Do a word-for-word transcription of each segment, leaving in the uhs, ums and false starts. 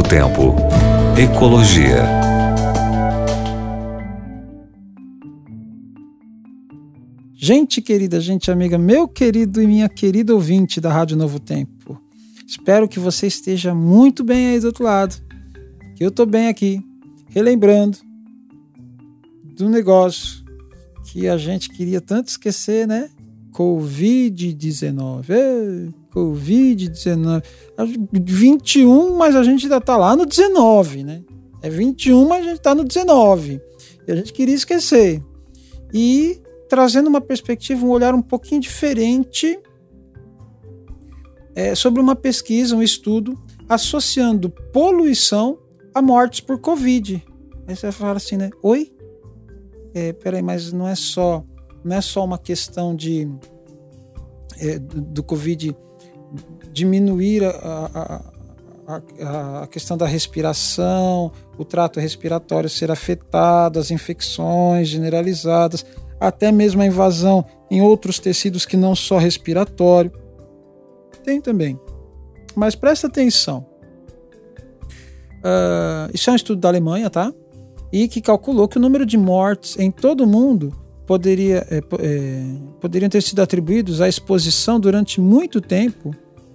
Tempo. Ecologia. Gente querida, gente amiga, meu querido e minha querida ouvinte da Rádio Novo Tempo. Espero que você esteja muito bem aí do outro lado. Que eu tô bem aqui, relembrando do negócio que a gente queria tanto esquecer, né? covid dezenove. Ei, covid dezenove. vinte e um, mas a gente ainda tá lá no dezenove, né? É vinte e um, mas a gente tá no dezenove. E a gente queria esquecer. E trazendo uma perspectiva, um olhar um pouquinho diferente é, sobre uma pesquisa, um estudo, associando poluição a mortes por Covid. Aí você vai falar assim, né? Oi? É, peraí, mas não é só, não é só uma questão de é, do, do Covid diminuir a, a, a, a questão da respiração, o trato respiratório ser afetado, as infecções generalizadas, até mesmo a invasão em outros tecidos que não só respiratório. Tem também. Mas presta atenção. Uh, isso é um estudo da Alemanha, tá? E que calculou que o número de mortes em todo o mundo poderia, é, é, poderiam ter sido atribuídos à exposição durante muito tempo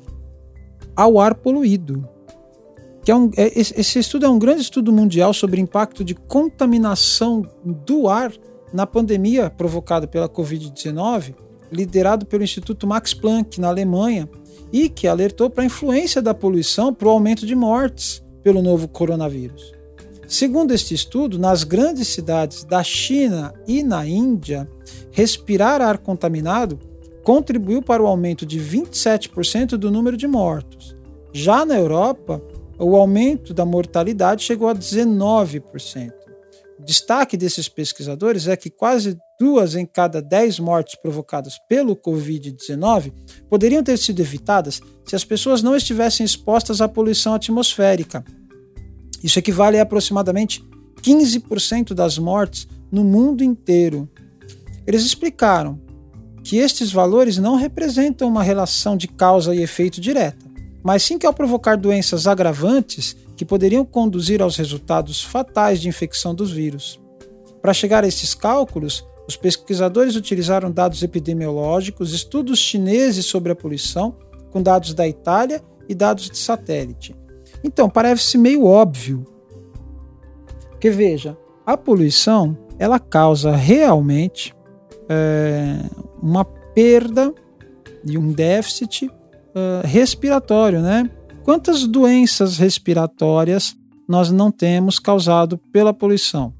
ao ar poluído. Que é um, é, esse estudo é um grande estudo mundial sobre o impacto de contaminação do ar na pandemia provocada pela covid dezenove, liderado pelo Instituto Max Planck, na Alemanha, e que alertou para a influência da poluição para o aumento de mortes pelo novo coronavírus. Segundo este estudo, nas grandes cidades da China e na Índia, respirar ar contaminado contribuiu para o aumento de vinte e sete por cento do número de mortos. Já na Europa, o aumento da mortalidade chegou a dezenove por cento. O destaque desses pesquisadores é que quase duas em cada dez mortes provocadas pelo covid dezenove poderiam ter sido evitadas se as pessoas não estivessem expostas à poluição atmosférica. Isso equivale a aproximadamente quinze por cento das mortes no mundo inteiro. Eles explicaram que estes valores não representam uma relação de causa e efeito direta, mas sim que ao provocar doenças agravantes que poderiam conduzir aos resultados fatais de infecção dos vírus. Para chegar a esses cálculos, os pesquisadores utilizaram dados epidemiológicos, estudos chineses sobre a poluição, com dados da Itália e dados de satélite. Então, parece meio óbvio. Porque, veja, a poluição, ela causa realmente é, uma perda e um déficit uh, respiratório, né? Quantas doenças respiratórias nós não temos causado pela poluição?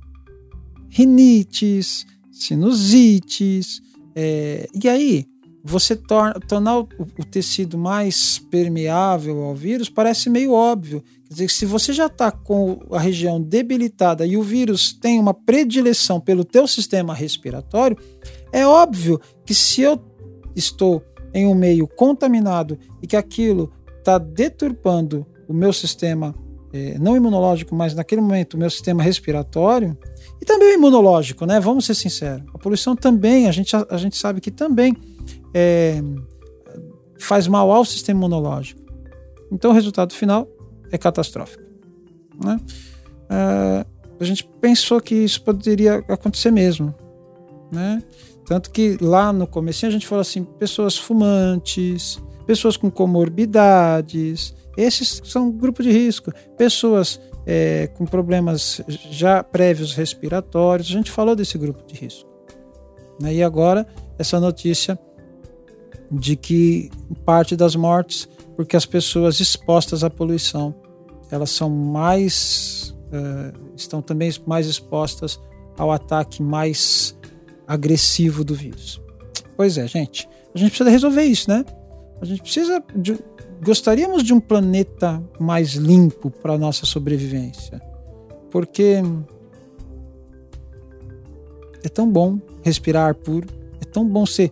Rinites, sinusites, é, e aí você torna, tornar o, o tecido mais permeável ao vírus parece meio óbvio. Quer dizer, se você já está com a região debilitada e o vírus tem uma predileção pelo teu sistema respiratório, é óbvio que se eu estou em um meio contaminado e que aquilo está deturpando o meu sistema, eh, não imunológico, mas naquele momento o meu sistema respiratório, e também o imunológico, né? Vamos ser sinceros. A poluição também, a gente, a, a gente sabe que também é, faz mal ao sistema imunológico. Então o resultado final é catastrófico, né? Uh, a gente pensou que isso poderia acontecer mesmo, né? Tanto que lá no comecinho a gente falou assim, pessoas fumantes, pessoas com comorbidades, esses são grupo de risco, pessoas é, com problemas já prévios respiratórios, a gente falou desse grupo de risco. E agora essa notícia de que parte das mortes, porque as pessoas expostas à poluição, elas são mais, uh, estão também mais expostas ao ataque mais agressivo do vírus. Pois é, gente, a gente precisa resolver isso, né? A gente precisa de, gostaríamos de um planeta mais limpo para a nossa sobrevivência, porque é tão bom respirar ar puro, é tão bom ser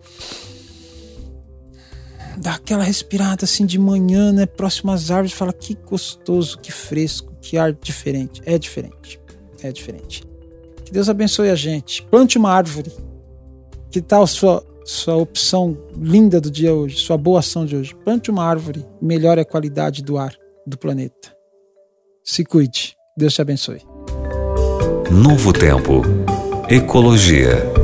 dar aquela respirada assim de manhã, né, próximo às árvores, fala que gostoso, que fresco, que ar diferente. É diferente, é diferente. Que Deus abençoe a gente. Plante uma árvore. Que tal a sua, sua opção linda do dia hoje, sua boa ação de hoje? Plante uma árvore, melhore a qualidade do ar do planeta. Se cuide. Deus te abençoe. Novo Tempo. Ecologia.